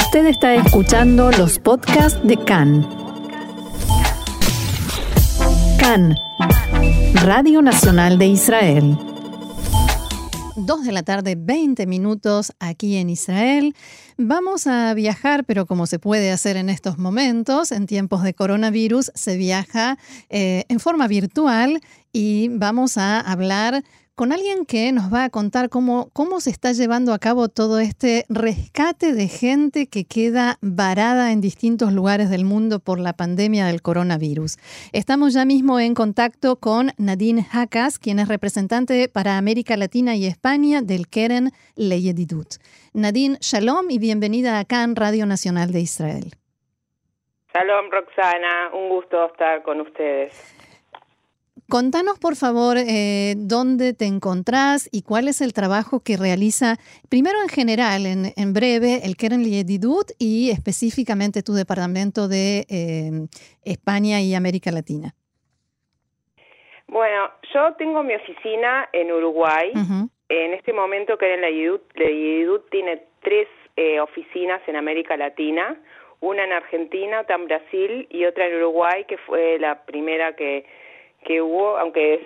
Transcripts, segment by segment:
Usted está escuchando los podcasts de CAN. CAN, Radio Nacional de Israel. 2:20 p.m. aquí en Israel. Vamos a viajar, pero como se puede hacer en estos momentos, en tiempos de coronavirus, se viaja en forma virtual y vamos a hablar con alguien que nos va a contar cómo se está llevando a cabo todo este rescate de gente que queda varada en distintos lugares del mundo por la pandemia del coronavirus. Estamos ya mismo en contacto con Nadine Hakas, quien es representante para América Latina y España del Keren Leyedidut. Nadine, shalom y bienvenida acá en Radio Nacional de Israel. Shalom, Roxana. Un gusto estar con ustedes. Contanos, por favor, dónde te encontrás y cuál es el trabajo que realiza, primero en general, en breve, el Keren Leyedidut y específicamente tu departamento de España y América Latina. Bueno, yo tengo mi oficina en Uruguay. Uh-huh. En este momento Keren Leyedidut tiene 3 oficinas en América Latina, una en Argentina, otra en Brasil y otra en Uruguay, que fue la primera que hubo, aunque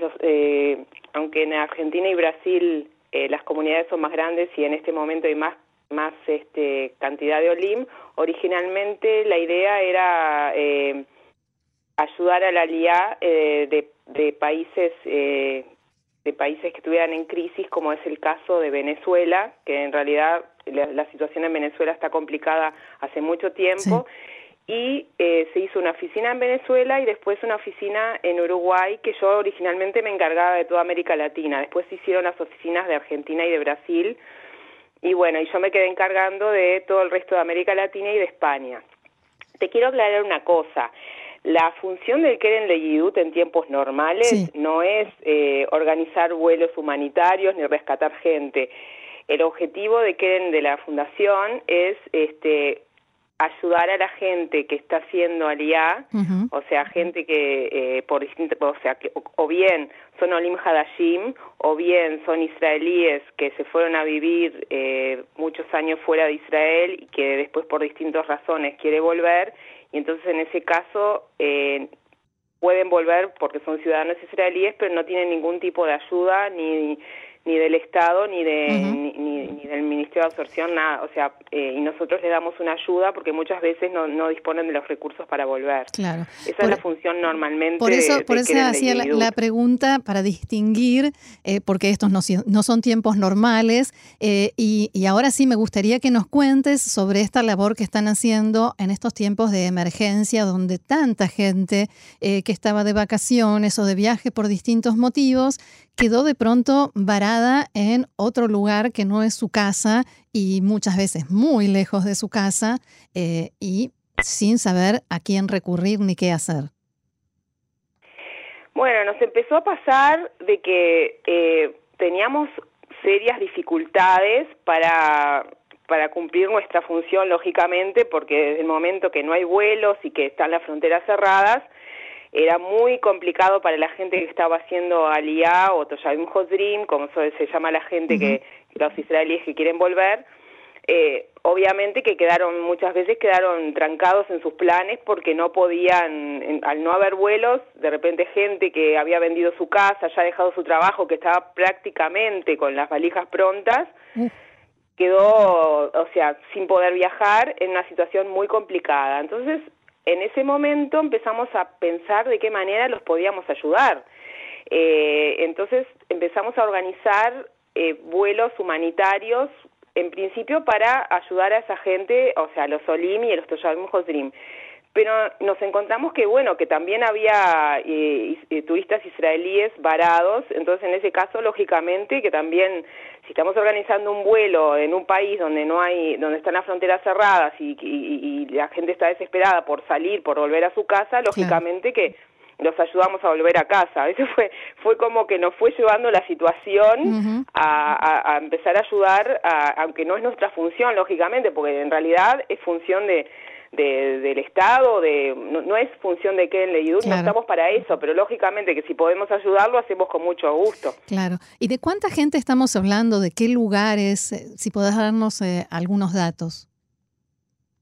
en Argentina y Brasil las comunidades son más grandes y en este momento hay más cantidad de Olim. Originalmente la idea era ayudar a la Aliyá de países que estuvieran en crisis, como es el caso de Venezuela, que en realidad la situación en Venezuela está complicada hace mucho tiempo. Sí. Y se hizo una oficina en Venezuela y después una oficina en Uruguay, que yo originalmente me encargaba de toda América Latina. Después se hicieron las oficinas de Argentina y de Brasil. Y bueno, y yo me quedé encargando de todo el resto de América Latina y de España. Te quiero aclarar una cosa. La función del Keren Leyedidut en tiempos normales no es organizar vuelos humanitarios ni rescatar gente. El objetivo de Keren, de la fundación, es ayudar a la gente que está haciendo aliyá, uh-huh. O sea, gente que o bien son Olim Hadashim, o bien son israelíes que se fueron a vivir muchos años fuera de Israel y que después por distintas razones quiere volver, y entonces en ese caso pueden volver porque son ciudadanos israelíes, pero no tienen ningún tipo de ayuda ni del Estado, ni del Ministerio de Absorción, nada. O sea, y nosotros le damos una ayuda porque muchas veces no disponen de los recursos para volver. Claro. Esa es la función normalmente. Por eso hacía la pregunta para distinguir, porque estos no son tiempos normales, y ahora sí me gustaría que nos cuentes sobre esta labor que están haciendo en estos tiempos de emergencia, donde tanta gente que estaba de vacaciones o de viaje por distintos motivos, quedó de pronto varada en otro lugar que no es su casa y muchas veces muy lejos de su casa y sin saber a quién recurrir ni qué hacer. Bueno, nos empezó a pasar de que teníamos serias dificultades para cumplir nuestra función, lógicamente, porque desde el momento que no hay vuelos y que están las fronteras cerradas, era muy complicado para la gente que estaba haciendo aliyá o Toyavim Hozrim, como se llama la gente, uh-huh. Los israelíes que quieren volver. Obviamente que muchas veces quedaron trancados en sus planes porque no podían, al no haber vuelos, de repente gente que había vendido su casa, ya dejado su trabajo, que estaba prácticamente con las valijas prontas, quedó, sin poder viajar, en una situación muy complicada. Entonces, en ese momento empezamos a pensar de qué manera los podíamos ayudar. Entonces empezamos a organizar vuelos humanitarios, en principio para ayudar a esa gente, o sea, a los Olim y a los Toyavim Hozrim. Pero nos encontramos que también había turistas israelíes varados, entonces en ese caso, lógicamente, que también, si estamos organizando un vuelo en un país donde donde están las fronteras cerradas y la gente está desesperada por salir, por volver a su casa, lógicamente que los ayudamos a volver a casa. Eso fue como que nos fue llevando la situación uh-huh. a empezar a ayudar, aunque no es nuestra función, lógicamente, porque en realidad es función del Estado, no es función de Keren Leyedidut, claro. No estamos para eso, pero lógicamente que si podemos ayudarlo, hacemos con mucho gusto. Claro. ¿Y de cuánta gente estamos hablando? ¿De qué lugares? Si podés darnos algunos datos.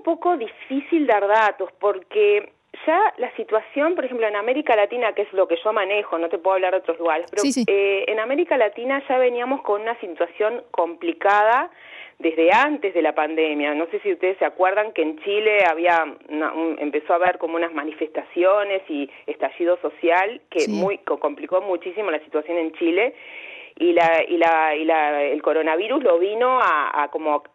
poco difícil dar datos porque ya la situación, por ejemplo, en América Latina, que es lo que yo manejo, no te puedo hablar de otros lugares, pero sí. En América Latina ya veníamos con una situación complicada desde antes de la pandemia. No sé si ustedes se acuerdan que en Chile empezó a haber como unas manifestaciones y estallido social que complicó muchísimo la situación en Chile. Y el coronavirus lo vino a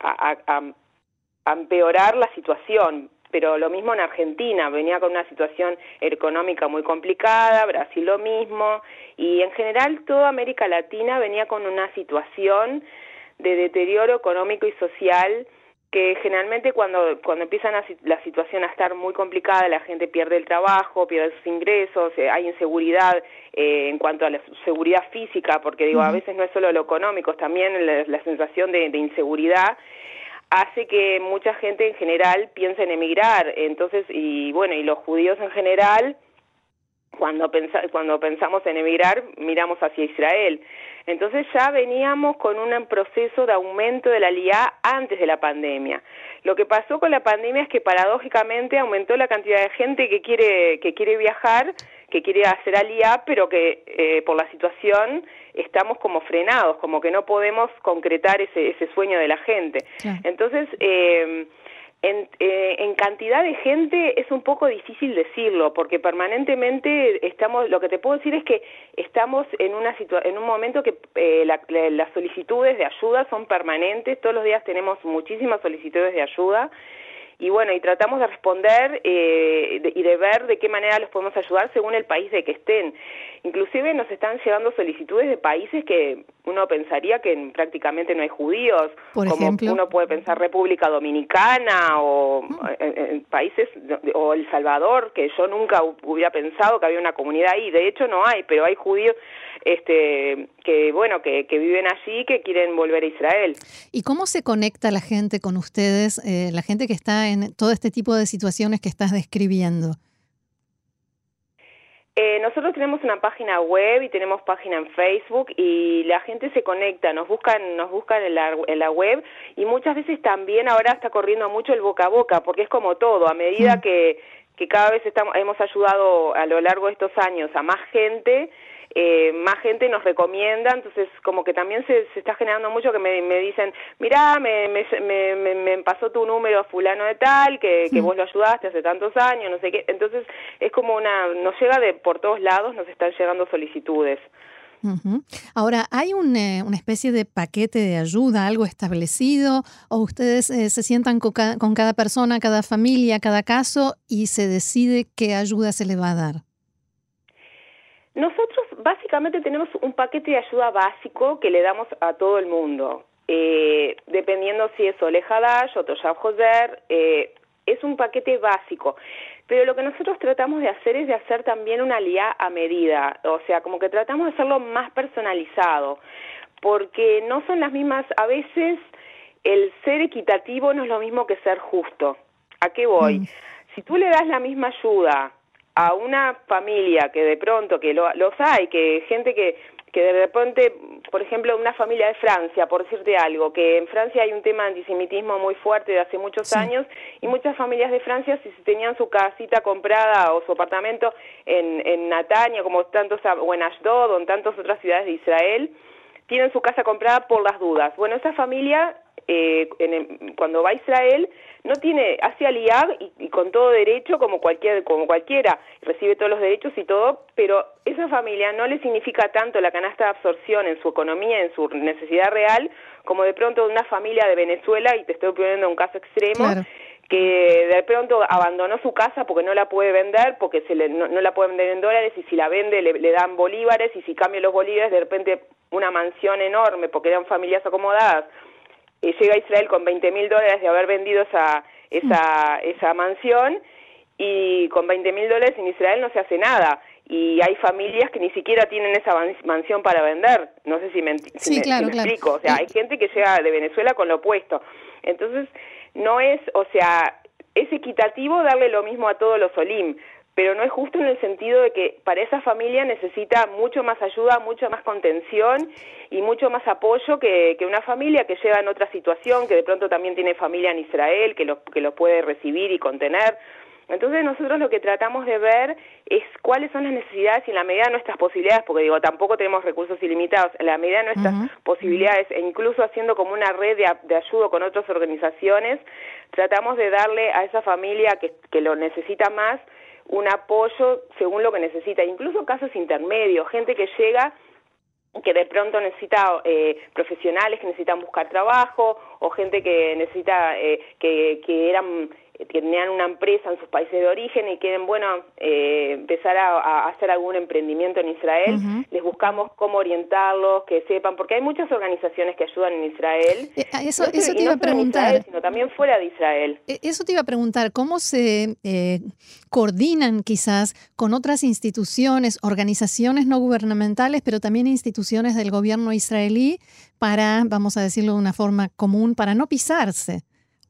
empeorar la situación, pero lo mismo en Argentina, venía con una situación económica muy complicada, Brasil lo mismo, y en general toda América Latina venía con una situación de deterioro económico y social que generalmente cuando empieza la situación a estar muy complicada, la gente pierde el trabajo, pierde sus ingresos, hay inseguridad en cuanto a la seguridad física, porque digo, a veces no es solo lo económico, es también la sensación de inseguridad, hace que mucha gente en general piense en emigrar. Entonces, y los judíos en general, cuando pensamos en emigrar, miramos hacia Israel. Entonces ya veníamos con un proceso de aumento de la aliyá antes de la pandemia. Lo que pasó con la pandemia es que paradójicamente aumentó la cantidad de gente que quiere viajar, que quiere hacer aliyá, pero que por la situación estamos como frenados, como que no podemos concretar ese sueño de la gente. Claro. Entonces, en cantidad de gente es un poco difícil decirlo, porque permanentemente lo que te puedo decir es que estamos en un momento que las solicitudes de ayuda son permanentes, todos los días tenemos muchísimas solicitudes de ayuda, y tratamos de responder y de ver de qué manera los podemos ayudar según el país de que estén. Inclusive nos están llegando solicitudes de países que uno pensaría que prácticamente no hay judíos, por como ejemplo, uno puede pensar República Dominicana o países, o El Salvador, que yo nunca hubiera pensado que había una comunidad ahí. De hecho no hay, pero hay judíos que viven allí, que quieren volver a Israel. ¿Y cómo se conecta la gente con ustedes, la gente que está en todo este tipo de situaciones que estás describiendo? Nosotros tenemos una página web y tenemos página en Facebook y la gente se conecta, nos buscan en la web, y muchas veces también ahora está corriendo mucho el boca a boca, porque es como todo, a medida que cada vez hemos ayudado a lo largo de estos años a más gente nos recomienda, entonces como que también se está generando mucho que me dicen, mirá, me pasó tu número a fulano de tal, que vos lo ayudaste hace tantos años, no sé qué, entonces es como nos llega por todos lados, nos están llegando solicitudes. Uh-huh. Ahora, ¿hay una especie de paquete de ayuda, algo establecido, o ustedes se sientan con cada persona, cada familia, cada caso, y se decide qué ayuda se le va a dar? Nosotros básicamente tenemos un paquete de ayuda básico que le damos a todo el mundo, dependiendo si es Ole Hadash o Toshav Hoser, es un paquete básico. Pero lo que nosotros tratamos de hacer es de hacer también una aliyá a medida, o sea, como que tratamos de hacerlo más personalizado, porque no son las mismas, a veces el ser equitativo no es lo mismo que ser justo. ¿A qué voy? Si tú le das la misma ayuda a una familia que de pronto, que los hay, que gente que de repente, por ejemplo, una familia de Francia, por decirte algo, que en Francia hay un tema de antisemitismo muy fuerte de hace muchos años, y muchas familias de Francia, si tenían su casita comprada o su apartamento en Natania, como o en Ashdod, o en tantas otras ciudades de Israel, tienen su casa comprada por las dudas. Bueno, esa familia, cuando va a Israel, hace aliyá y con todo derecho como cualquiera, recibe todos los derechos y todo, pero esa familia no le significa tanto la canasta de absorción en su economía, en su necesidad real, como de pronto una familia de Venezuela, y te estoy poniendo un caso extremo, claro, que de pronto abandonó su casa porque no la puede vender, porque no la puede vender en dólares, y si la vende le dan bolívares, y si cambia los bolívares, de repente una mansión enorme, porque eran familias acomodadas, llega a Israel con $20,000 de haber vendido esa mansión, y con $20,000 en Israel no se hace nada, y hay familias que ni siquiera tienen esa mansión para vender. No sé si me explico. O sea, hay gente que llega de Venezuela con lo opuesto. Entonces, no es, o sea, es equitativo darle lo mismo a todos los olim, pero no es justo en el sentido de que para esa familia necesita mucho más ayuda, mucho más contención y mucho más apoyo que una familia que llega en otra situación, que de pronto también tiene familia en Israel, que lo puede recibir y contener. Entonces nosotros lo que tratamos de ver es cuáles son las necesidades y en la medida de nuestras posibilidades, porque digo, tampoco tenemos recursos ilimitados, en la medida de nuestras posibilidades e incluso haciendo como una red de ayuda con otras organizaciones, tratamos de darle a esa familia que lo necesita más un apoyo según lo que necesita, incluso casos intermedios, gente que llega que de pronto necesita profesionales que necesitan buscar trabajo o gente que necesita que tenían una empresa en sus países de origen y quieren, empezar a hacer algún emprendimiento en Israel. Les buscamos cómo orientarlos, que sepan, porque hay muchas organizaciones que ayudan en Israel. Eso te iba a preguntar. Israel, sino también fuera de Israel. Eso te iba a preguntar, ¿cómo se coordinan quizás con otras instituciones, organizaciones no gubernamentales, pero también instituciones del gobierno israelí para, vamos a decirlo de una forma común, para no pisarse?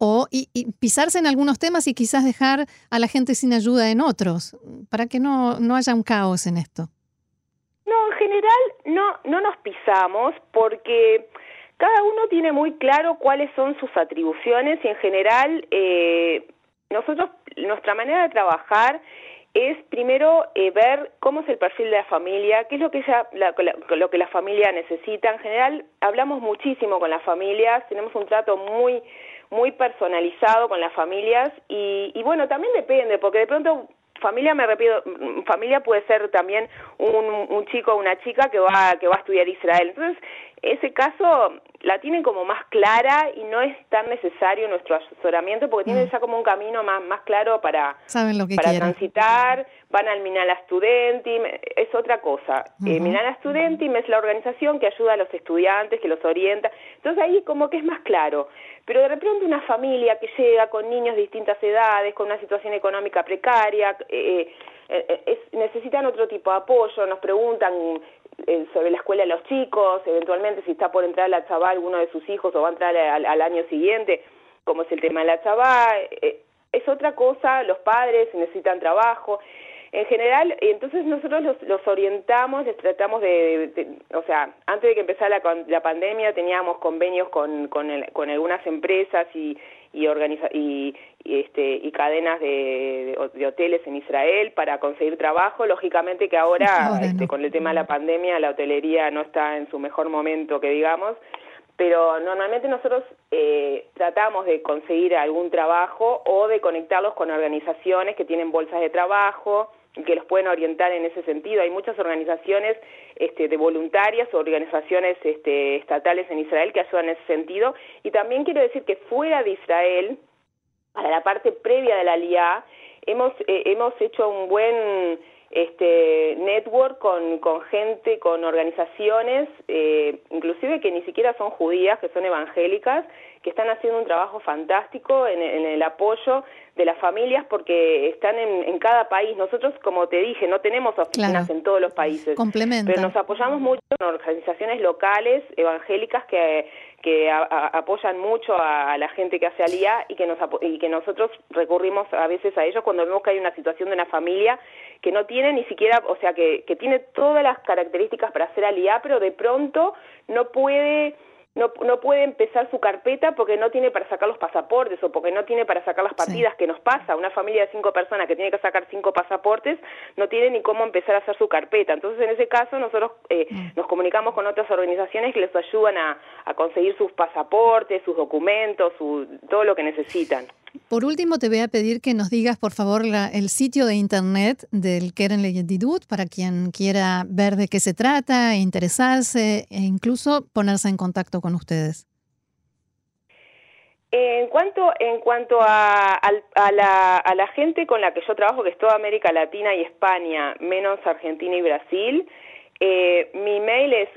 Y pisarse en algunos temas y quizás dejar a la gente sin ayuda en otros, para que no haya un caos en esto. No, en general no nos pisamos porque cada uno tiene muy claro cuáles son sus atribuciones y en general nosotros, nuestra manera de trabajar es primero ver cómo es el perfil de la familia, qué es lo que lo que la familia necesita. En general hablamos muchísimo con las familias, tenemos un trato muy personalizado con las familias y bueno, también depende, porque de pronto familia puede ser también un chico o una chica que va a estudiar Israel. Entonces, ese caso la tienen como más clara y no es tan necesario nuestro asesoramiento porque tienen ya como un camino más claro para transitar. Van al Minhal Studentim, es otra cosa. Minhal Studentim es la organización que ayuda a los estudiantes, que los orienta. Entonces ahí como que es más claro. Pero de repente una familia que llega con niños de distintas edades, con una situación económica precaria, necesitan otro tipo de apoyo, nos preguntan sobre la escuela de los chicos, eventualmente si está por entrar a la Chabá alguno de sus hijos o va a entrar al año siguiente, como es el tema de la Chabá, es otra cosa, los padres necesitan trabajo. En general, entonces nosotros los orientamos, les tratamos o sea, antes de que empezara la pandemia teníamos convenios con algunas empresas y cadenas de hoteles en Israel para conseguir trabajo. Lógicamente que ahora, con el tema de la pandemia, la hotelería no está en su mejor momento, que digamos, pero normalmente nosotros tratamos de conseguir algún trabajo o de conectarlos con organizaciones que tienen bolsas de trabajo y que los pueden orientar en ese sentido. Hay muchas organizaciones de voluntarias o organizaciones estatales en Israel que ayudan en ese sentido. Y también quiero decir que fuera de Israel, para la parte previa de la Aliyá, hemos hecho un buen network con gente, con organizaciones, inclusive que ni siquiera son judías, que son evangélicas, que están haciendo un trabajo fantástico en el apoyo de las familias porque están en cada país. Nosotros, como te dije, no tenemos oficinas en todos los países, pero nos apoyamos mucho en organizaciones locales, evangélicas, que apoyan mucho a la gente que hace Aliyá y que nosotros recurrimos a veces a ellos cuando vemos que hay una situación de una familia que no tiene ni siquiera, o sea, que tiene todas las características para hacer Aliyá, pero de pronto no puede empezar su carpeta porque no tiene para sacar los pasaportes o porque no tiene para sacar las partidas, que nos pasa. Una familia de 5 personas que tiene que sacar 5 pasaportes no tiene ni cómo empezar a hacer su carpeta. Entonces, en ese caso, nosotros nos comunicamos con otras organizaciones que les ayudan a conseguir sus pasaportes, sus documentos, todo lo que necesitan. Por último, te voy a pedir que nos digas, por favor, el sitio de internet del Keren Leyedidut para quien quiera ver de qué se trata, interesarse e incluso ponerse en contacto con ustedes. En cuanto a la gente con la que yo trabajo, que es toda América Latina y España, menos Argentina y Brasil, mi mail es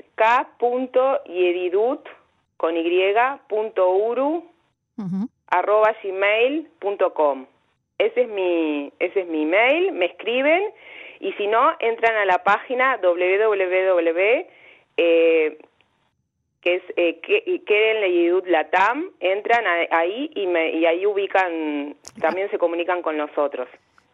k.yedidut@gmail.com. Ese es mi mail, me escriben y si no entran a la página www que es Keren Leyedidut Latam, entran ahí y ahí ubican, también se comunican con nosotros.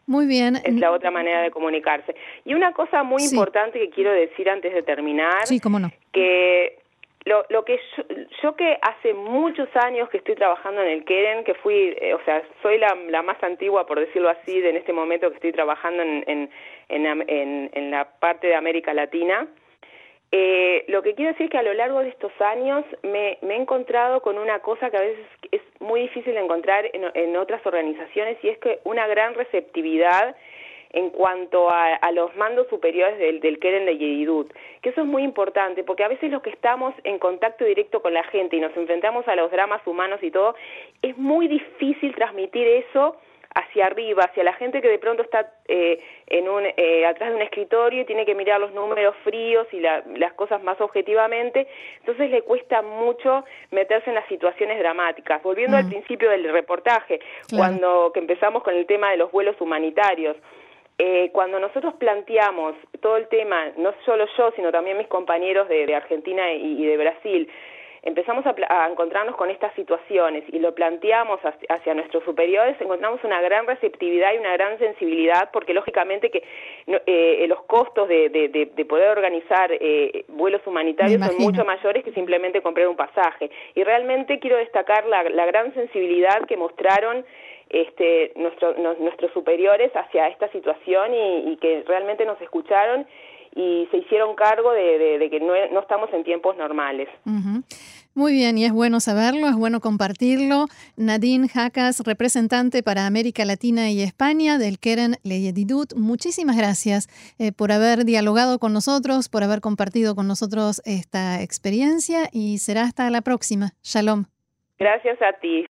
Muy bien. Es la otra manera de comunicarse. Y una cosa muy importante que quiero decir antes de terminar, cómo no, que lo que yo que hace muchos años que estoy trabajando en el Keren, que fui, soy la más antigua, por decirlo así, en este momento que estoy trabajando en la parte de América Latina. Lo que quiero decir es que a lo largo de estos años me he encontrado con una cosa que a veces es muy difícil de encontrar en otras organizaciones, y es que una gran receptividad en cuanto a los mandos superiores del Keren de Yedidut, que eso es muy importante, porque a veces los que estamos en contacto directo con la gente y nos enfrentamos a los dramas humanos y todo, es muy difícil transmitir eso hacia arriba, hacia la gente que de pronto está atrás de un escritorio y tiene que mirar los números fríos y las cosas más objetivamente, entonces le cuesta mucho meterse en las situaciones dramáticas. Volviendo al principio del reportaje, cuando que empezamos con el tema de los vuelos humanitarios, cuando nosotros planteamos todo el tema, no solo yo, sino también mis compañeros de Argentina y de Brasil, empezamos a encontrarnos con estas situaciones y lo planteamos hacia nuestros superiores, encontramos una gran receptividad y una gran sensibilidad, porque lógicamente que los costos de poder organizar vuelos humanitarios son mucho mayores que simplemente comprar un pasaje. Y realmente quiero destacar la gran sensibilidad que mostraron nuestros superiores hacia esta situación y que realmente nos escucharon y se hicieron cargo de que no estamos en tiempos normales. Uh-huh. Muy bien, y es bueno saberlo, es bueno compartirlo. Nadine Jacas, representante para América Latina y España del Keren LeYedidut, muchísimas gracias por haber dialogado con nosotros, por haber compartido con nosotros esta experiencia, y será hasta la próxima. Shalom. Gracias a ti.